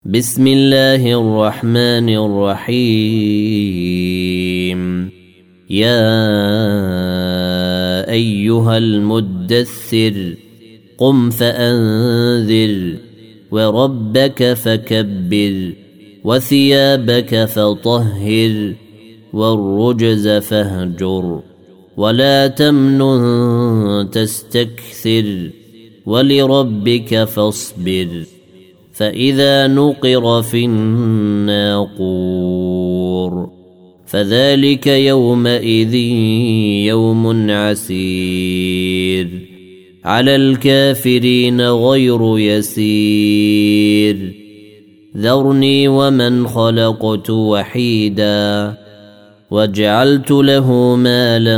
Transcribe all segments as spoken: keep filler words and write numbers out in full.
بسم الله الرحمن الرحيم. يا أيها المدثر قم فأنذر وربك فكبر وثيابك فطهر والرجز فاهجر ولا تمنن تستكثر ولربك فاصبر فإذا نقر في الناقور فذلك يومئذ يوم عسير على الكافرين غير يسير ذرني ومن خلقت وحيدا وجعلت له مالا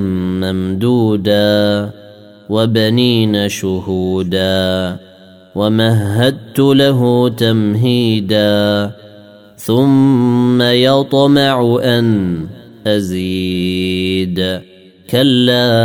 ممدودا وبنين شهودا ومهدت له تمهيدا ثم يطمع أن أزيد كلا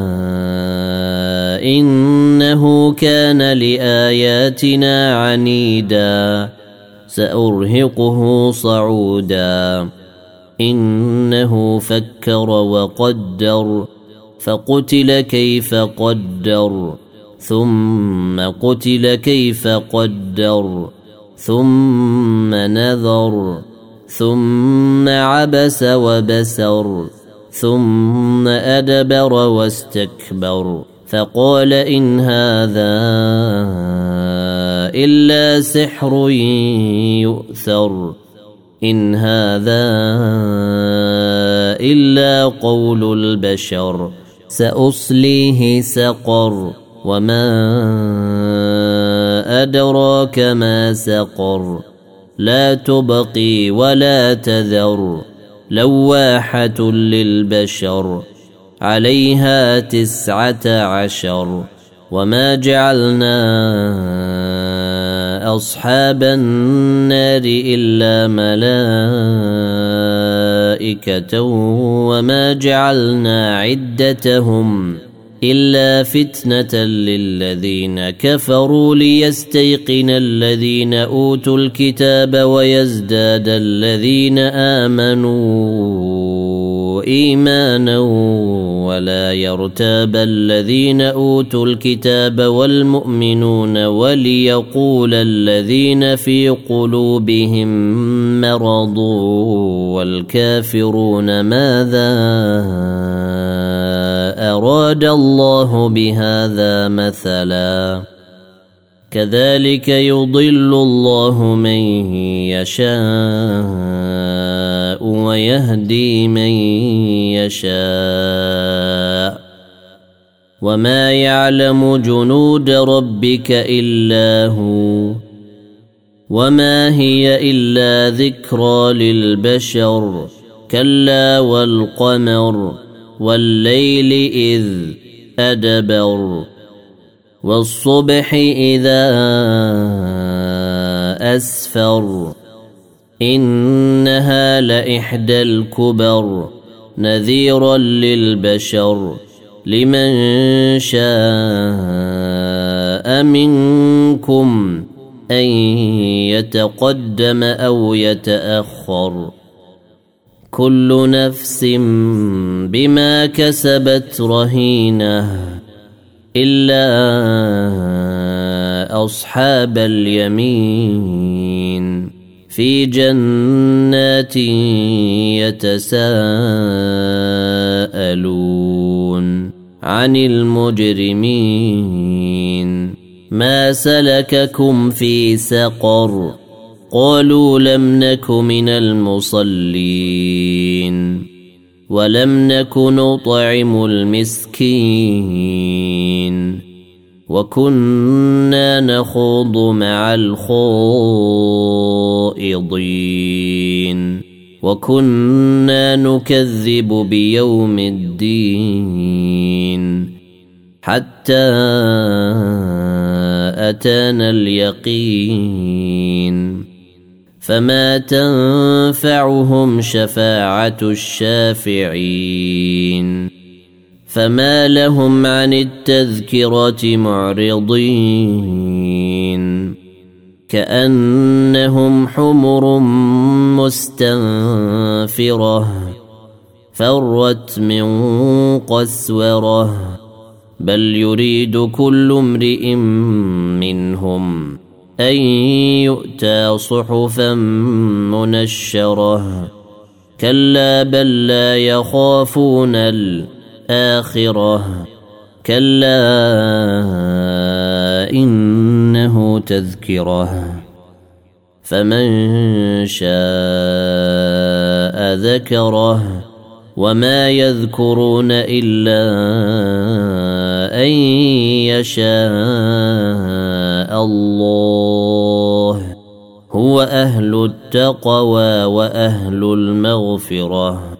إنه كان لآياتنا عنيدا سأرهقه صعودا إنه فكر وقدر فقتل كيف قدر ثم قتل كيف قدر ثم نذر ثم عبس وبسر ثم أدبر واستكبر فقال إن هذا إلا سحر يؤثر إن هذا إلا قول البشر سأصليه سقر وما أدراك ما سقر لا تبقي ولا تذر لواحة للبشر عليها تسعة عشر وما جعلنا أصحاب النار إلا ملائكة وما جعلنا عدتهم إلا فتنة للذين كفروا ليستيقن الذين أوتوا الكتاب ويزداد الذين آمنوا إيمانا ولا يرتاب الذين أوتوا الكتاب والمؤمنون وليقول الذين في قلوبهم مرض والكافرون ماذا أراد الله بهذا مثلا كذلك يضل الله من يشاء ويهدي من يشاء وما يعلم جنود ربك إلا هو وما هي إلا ذكرى للبشر كلا والقمر والليل إذ أدبر والصبح إذا أسفر إنها لإحدى الكبر نذيرا للبشر لمن شاء منكم أن يتقدم أو يتأخر كل نفس بما كسبت رهينة إلا أصحاب اليمين في جنات يتساءلون عن المجرمين ما سلككم في سقر قالوا لم نك من المصلين ولم نك نطعم المسكين وكنا نخوض مع الخائضين وكنا نكذب بيوم الدين حتى أتانا اليقين فما تنفعهم شفاعة الشافعين فما لهم عن التذكرة معرضين كأنهم حمر مستنفرة فرت من قسورة بل يريد كل امرئ منهم أن يؤتى صحفا منشرة كلا بل لا يخافون الآخرة كلا إنه تذكرة فمن شاء ذكره وما يذكرون إلا أن يشاء الله هو أهل التقوى وأهل المغفرة